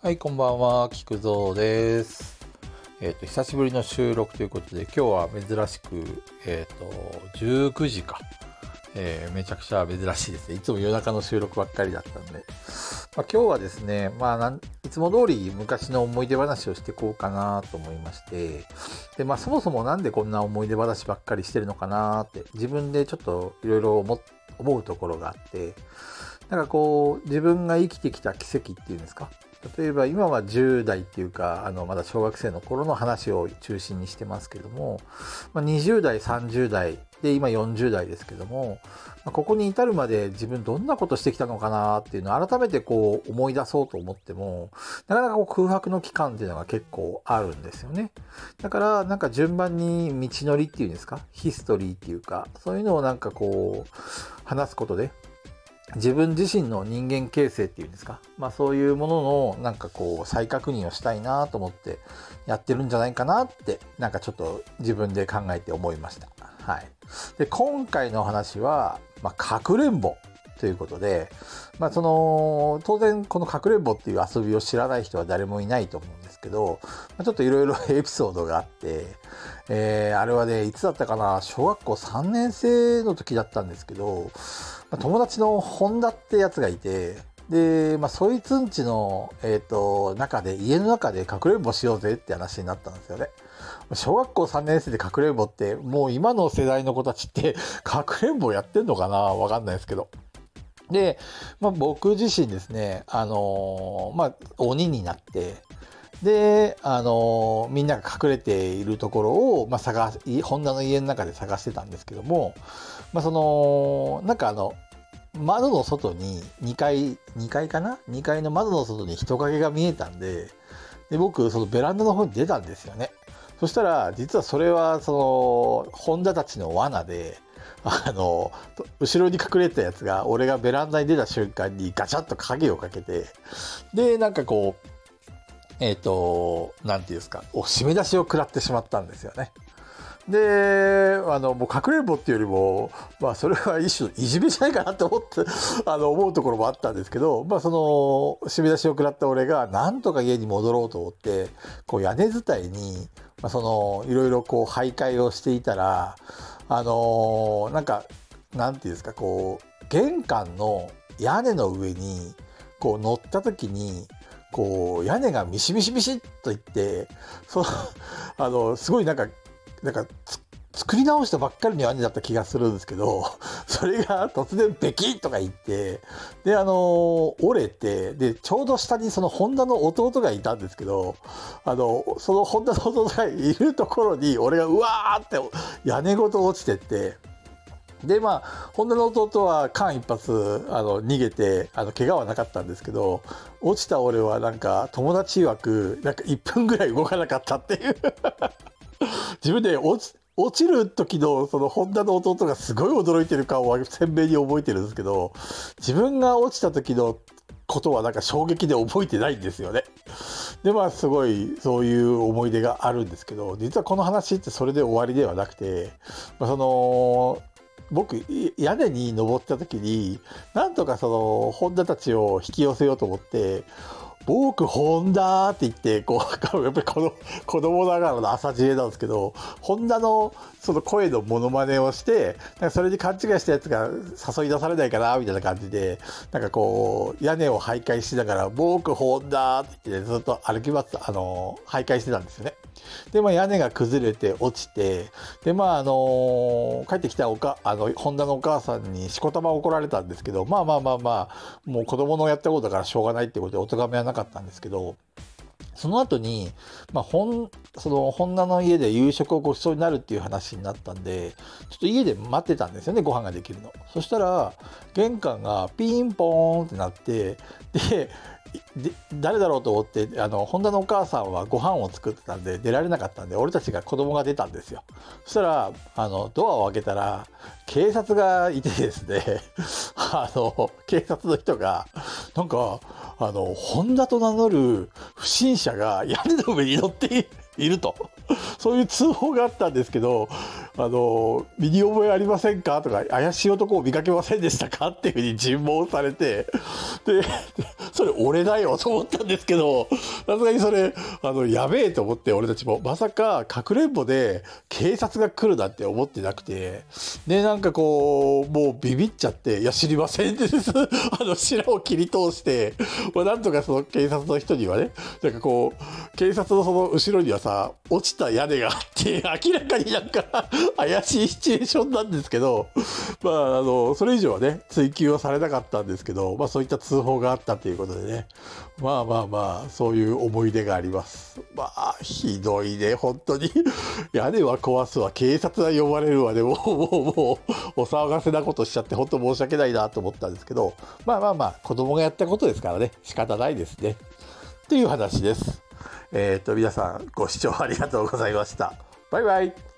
はい、こんばんは、菊蔵です。久しぶりの収録ということで、今日は珍しく、19時か。めちゃくちゃ珍しいですね。いつも夜中の収録ばっかりだったんで。今日はですね、いつも通り昔の思い出話をしていこうかなと思いまして、で、そもそもなんでこんな思い出話ばっかりしてるのかなって、自分でちょっといろいろ思うところがあって、自分が生きてきた奇跡っていうんですか。例えば今は10代っていうか、まだ小学生の頃の話を中心にしてますけども、20代、30代で今40代ですけども、ここに至るまで自分どんなことしてきたのかなっていうのを改めて思い出そうと思っても、なかなか空白の期間っていうのが結構あるんですよね。だから順番に道のりっていうんですか、ヒストリーっていうか、そういうのを話すことで、自分自身の人間形成っていうんですか、そういうものの再確認をしたいなと思ってやってるんじゃないかなってちょっと自分で考えて思いました。はい。で、今回の話はかくれんぼということで、当然このかくれんぼっていう遊びを知らない人は誰もいないと思うんですけど、ちょっといろいろエピソードがあって、あれはね、いつだったかな、小学校3年生の時だったんですけど、友達の本田ってやつがいて、で、そいつんちの、家の中でかくれんぼしようぜって話になったんですよね。小学校3年生でかくれんぼって、もう今の世代の子たちってかくれんぼやってんのかな、わかんないですけど。で、僕自身ですね、鬼になって、で、みんなが隠れているところを、本田の家の中で探してたんですけども、窓の外に2階かな ?2 階の窓の外に人影が見えたんで、僕、そのベランダの方に出たんですよね。そしたら、実はそれは、本田たちの罠で、後ろに隠れたやつが、俺がベランダに出た瞬間にガチャッと影をかけて、で、なんていうんですか、締め出しを食らってしまったんですよね。で、もうかくれんぼっていうよりも、それは一種のいじめじゃないかなって思って、思うところもあったんですけど、締め出しを食らった俺が、なんとか家に戻ろうと思って、屋根伝いに、いろいろ徘徊をしていたら、なんていうんですか、玄関の屋根の上に、乗った時に、屋根がミシミシミシっといって、すごい作り直したばっかりの屋根だった気がするんですけど、それが突然ベキッとかいって、で、折れて、で、ちょうど下にそのホンダの弟がいたんですけど、そのホンダの弟がいるところに、俺がうわーって屋根ごと落ちてって、で、ホンダの弟は間一髪、逃げて、怪我はなかったんですけど、落ちた俺は友達曰く、1分ぐらい動かなかったっていう。自分で落ちる時のそのホンダの弟がすごい驚いてる顔は鮮明に覚えてるんですけど、自分が落ちた時のことは衝撃で覚えてないんですよね。で、すごいそういう思い出があるんですけど、実はこの話ってそれで終わりではなくて、僕、屋根に登った時に、なんとかホンダたちを引き寄せようと思って、僕、ホンダって言って、やっぱり子供ながらの朝知恵なんですけど、ホンダのその声のモノマネをして、それに勘違いしたやつが誘い出されないかな、みたいな感じで、屋根を徘徊しながら、僕、ホンダって言って、ずっと徘徊してたんですよね。で、屋根が崩れて落ちて、で、帰ってきたホンダのお母さんにしこたま怒られたんですけど、もう子供のやったことだからしょうがないってことでお咎めはなかったんですけど、その後に、ホンダの家で夕食をごちそうになるっていう話になったんで、ちょっと家で待ってたんですよね、ご飯ができるの。そしたら、玄関がピンポーンってなって、で、誰だろうと思って、ホンダのお母さんはご飯を作ってたんで出られなかったんで、俺たちが子供が出たんですよ。そしたら、ドアを開けたら、警察がいてですね、警察の人が、ホンダと名乗る不審者が屋根の上に乗っていると。そういう通報があったんですけど、 身に覚えありませんかとか、怪しい男を見かけませんでしたかっていうふうに尋問されて、で、それ俺だよと思ったんですけど、さすがにそれ、やべえと思って俺たちも、まさかかくれんぼで警察が来るなんて思ってなくて、で、なんかこう、もうビビっちゃって、いや知りませんってです、白を切り通して、なんとかその警察の人にはね、なんかこう、警察のその後ろにはさ、落ちた屋根があって、明らかになんか怪しいシチュエーションなんですけど、それ以上はね、追及はされなかったんですけど、そういった通報があったということでね、そういう思い出があります。ひどいね、本当に。屋根は壊すわ、警察は呼ばれるわ、でも、もう、お騒がせなことしちゃって、本当申し訳ないなと思ったんですけど、子供がやったことですからね、仕方ないですね。っていう話です。皆さんご視聴ありがとうございました。バイバイ。